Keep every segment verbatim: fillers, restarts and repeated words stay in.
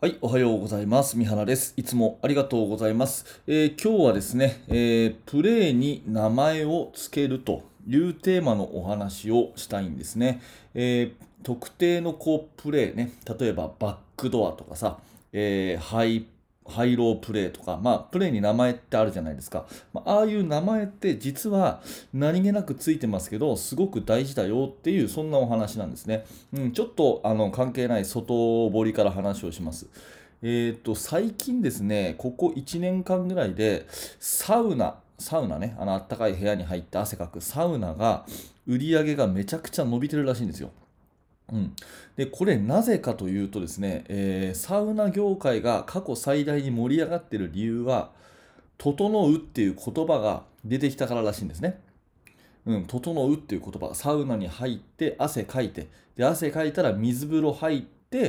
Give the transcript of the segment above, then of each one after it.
はい、おはようございます。三原です。いつもありがとうございます。えー今日はですね、えープレーに名前を付けるというテーマのお話をしたいんですね。えー特定のこうプレーね、例えばバックドアとかさ、えーハイ、ハイロープレーとか、まあ、プレーに名前ってあるじゃないですか。まあ、ああいう名前って実は何気なくついてますけど、すごく大事だよっていう、そんなお話なんですね。うん、ちょっとあの関係ない外堀から話をします。えーと、最近ですね、ここいちねんかんぐらいで、サウナ、サウナね、あの、あったかい部屋に入って汗かくサウナが、売り上げがめちゃくちゃ伸びてるらしいんですよ。うん。で、これなぜかというとですね、えーサウナ業界が過去最大に盛り上がっている理由は、整うっていう言葉が出てきたかららしいんですね。うん、整うっていう言葉、サウナに入って汗かいて、で、汗かいたら水風呂入って、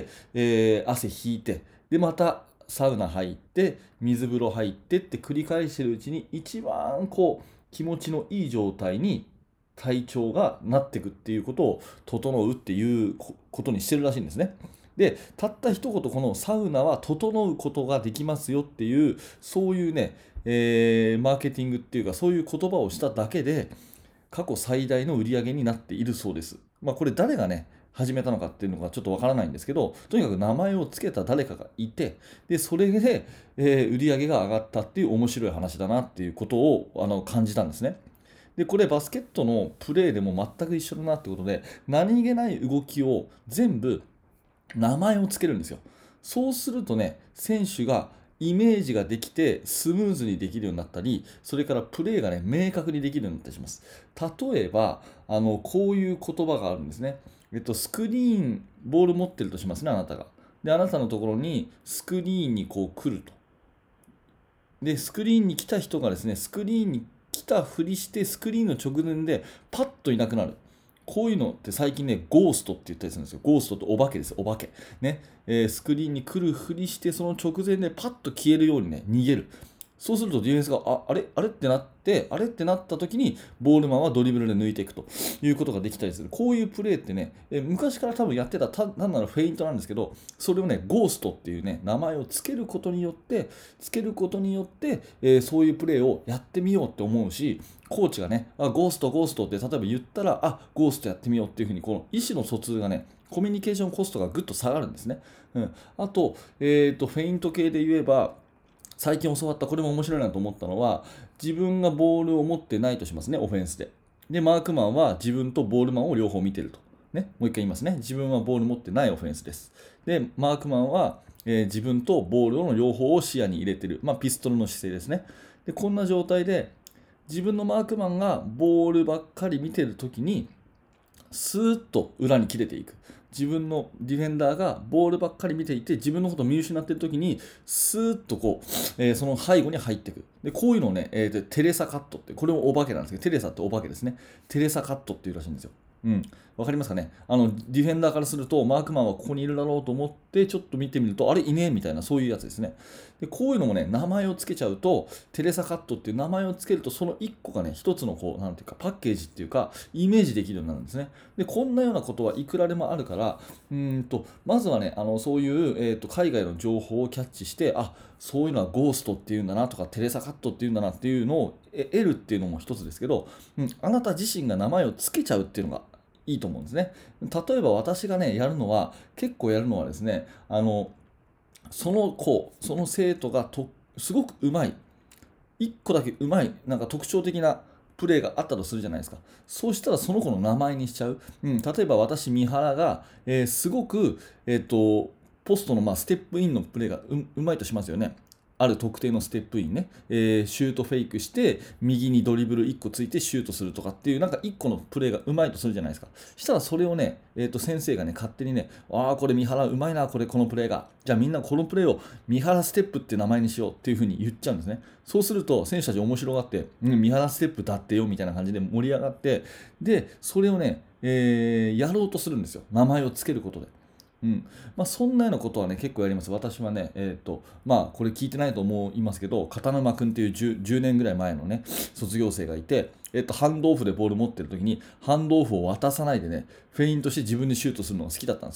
えー汗引いて、で、またサウナ入って、水風呂入ってって繰り返してるうちに、一番こう、気持ちのいい状態に体調がなっていくっていうことを、整うっていうこことにしてるらしいんですね。で、たった一言、このサウナは整うことができますよっていう、そういうね、えーマーケティングっていうか、そういう言葉をしただけで、過去最大の売り上げになっているそうです。まあ、これ誰がね、始めたのかっていうのがちょっとわからないんですけど、とにかく名前を付けた誰かがいて、で、それで、えー売り上げが上がったっていう面白い話だなっていうことをあの感じたんですね。で、これバスケットのプレーでも全く一緒だなってことで、何気ない動きを全部名前をつけるんですよ。そうするとね、選手がイメージができてスムーズにできるようになったり、それからプレーがね、明確にできるようになったりします。例えば、あの、こういう言葉があるんですね。えっと、スクリーン、ボール持ってるとしますね、あなたが。で、あなたのところにスクリーンにこう来ると。で、スクリーンに来た人がですね、スクリーンに来たふりして、スクリーンの直前でパッといなくなる。こういうのって最近ね、ゴーストって言ったりするんですよ。ゴーストってお化けです。お化け。ね。えースクリーンに来るふりして、その直前でパッと消えるようにね、逃げる。そうするとディフェンスが、あ、あれあれってなって、あれってなった時に、ボールマンはドリブルで抜いていくということができたりする。こういうプレーってね、えー昔から多分やってた、た単なるフェイントなんですけど、それをね、ゴーストっていうね、名前をつけることによって、つけることによって、えーそういうプレーをやってみようって思うし、コーチがね、あ、ゴースト、ゴーストって例えば言ったら、あ、ゴーストやってみようっていうふうに、この意思の疎通がね、コミュニケーションコストがぐっと下がるんですね。うん、あと、えーと、フェイント系で言えば、最近教わったこれも面白いなと思ったのは、自分がボールを持ってないとしますね、オフェンスで。で、マークマンは自分とボールマンを両方見てると。ね、もう一回言いますね。自分はボール持ってないオフェンスです。で、マークマンは、えー自分とボールの両方を視野に入れてる。まあ、ピストルの姿勢ですね。で、こんな状態で、自分のマークマンがボールばっかり見てるときに、スーッと裏に切れていく。自分のディフェンダーがボールばっかり見ていて、自分のことを見失っているときに、スーッとこう、えーその背後に入っていく。で、こういうのをね、えーでテレサカットって、これもお化けなんですけど、テレサってお化けですね。テレサカットっていうらしいんですよ。うん。わかりますかね。あの、ディフェンダーからすると、マークマンはここにいるだろうと思って、ちょっと見てみると、あれいねえみたいな、そういうやつですね。で、こういうのもね、名前をつけちゃうと、テレサカットっていう名前をつけると、そのいっこがね、一つのこう、なんていうか、パッケージっていうか、イメージできるようになるんですね。で、こんなようなことはいくらでもあるから、うーんと、まずはね、あの、そういう、えーと、海外の情報をキャッチして、あ、そういうのはゴーストっていうんだなとか、テレサカットっていうんだなっていうのをえ得るっていうのも一つですけど、うん、あなた自身が名前をつけちゃうっていうのがいいと思うんですね。例えば私がね、やるのは、結構やるのはですね、あの、その子、その生徒がとすごくうまい、いっこだけうまい、なんか特徴的なプレーがあったとするじゃないですか。そうしたらその子の名前にしちゃう。うん、例えば私、三原が、えーすごく、えっと、ポストの、まあ、ステップインのプレーがううまいとしますよね。ある特定のステップインね、えーシュートフェイクして、右にドリブルいっこついてシュートするとかっていう、なんかいっこのプレーがうまいとするじゃないですか。したらそれをね、えーと先生がね、勝手にね、ああ、これ三原うまいな、これこのプレーが。じゃあみんなこのプレーを三原ステップって名前にしようっていうふうに言っちゃうんですね。そうすると選手たち面白がって、うん、三原ステップだってよみたいな感じで盛り上がって、で、それをね、えーやろうとするんですよ。名前をつけることで。うんまあ、そんなようなことはね、結構やります。私はね、えっ、と、まあ、これ聞いてないと思いますけど、片沼君っていう 10, じゅうねんぐらい前のね、卒業生がいて、えっ、と、ハンドオフでボール持ってる時に、ハンドオフを渡さないでね、フェイントして自分でシュートするのが好きだったんですよ。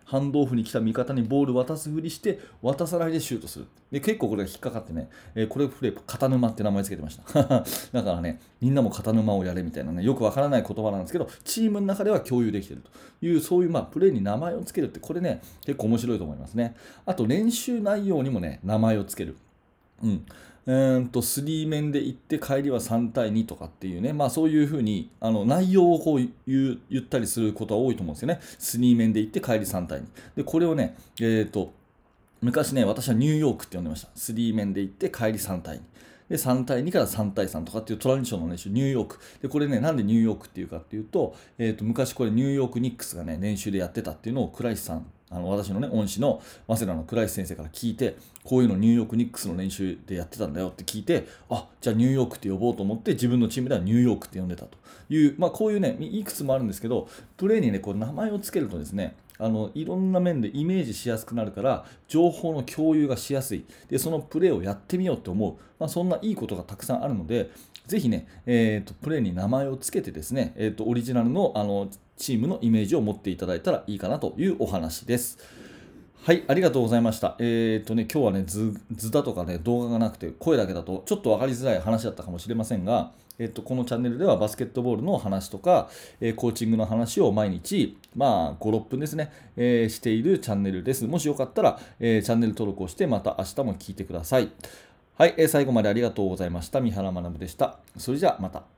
ハンドオフに来た味方にボール渡すふりして渡さないでシュートする。で結構これが引っかかってね、えーこれプレー片沼って名前つけてました。だからね、みんなも片沼をやれみたいなね、よくわからない言葉なんですけど、チームの中では共有できているという、そういうまあプレーに名前をつけるって、これね、結構面白いと思いますね。あと練習内容にもね、名前をつける。うん。えーと、スリー面で行って帰りはさん対にとかっていうね、まあそういうふうにあの内容をこう言う言ったりすることは多いと思うんですよね。スリー面で行って帰りさん対に。で、これをね、えーと、昔ね、私はニューヨークって呼んでました。スリー面で行って帰りさん対に。で、さん対にからさん対さんとかっていうトランジションの練習、ニューヨーク。で、これね、なんでニューヨークっていうかっていうと、えーと、昔これニューヨークニックスがね、練習でやってたっていうのを倉石さん、あの私のね、恩師の早稲田の倉石先生から聞いて、こういうのニューヨークニックスの練習でやってたんだよって聞いて、あ、じゃあニューヨークって呼ぼうと思って、自分のチームではニューヨークって呼んでたという、まあこういうね、いくつもあるんですけど、プレーにね、こう名前をつけるとですね、あのいろんな面でイメージしやすくなるから情報の共有がしやすいで、そのプレーをやってみようと思う、まあ、そんないいことがたくさんあるので、ぜひね、えーとプレーに名前をつけてですね、えーとオリジナルの、あのチームのイメージを持っていただいたらいいかなというお話です。はい、ありがとうございました。えーとね、今日はね図、図だとかね、動画がなくて、声だけだとちょっと分かりづらい話だったかもしれませんが、えっと、このチャンネルではバスケットボールの話とか、えーコーチングの話を毎日、まあ、ご、ろっぷんですね、えーしているチャンネルです。もしよかったら、えーチャンネル登録をして、また明日も聞いてください。はい、えー最後までありがとうございました。三原学でした。それじゃあ、また。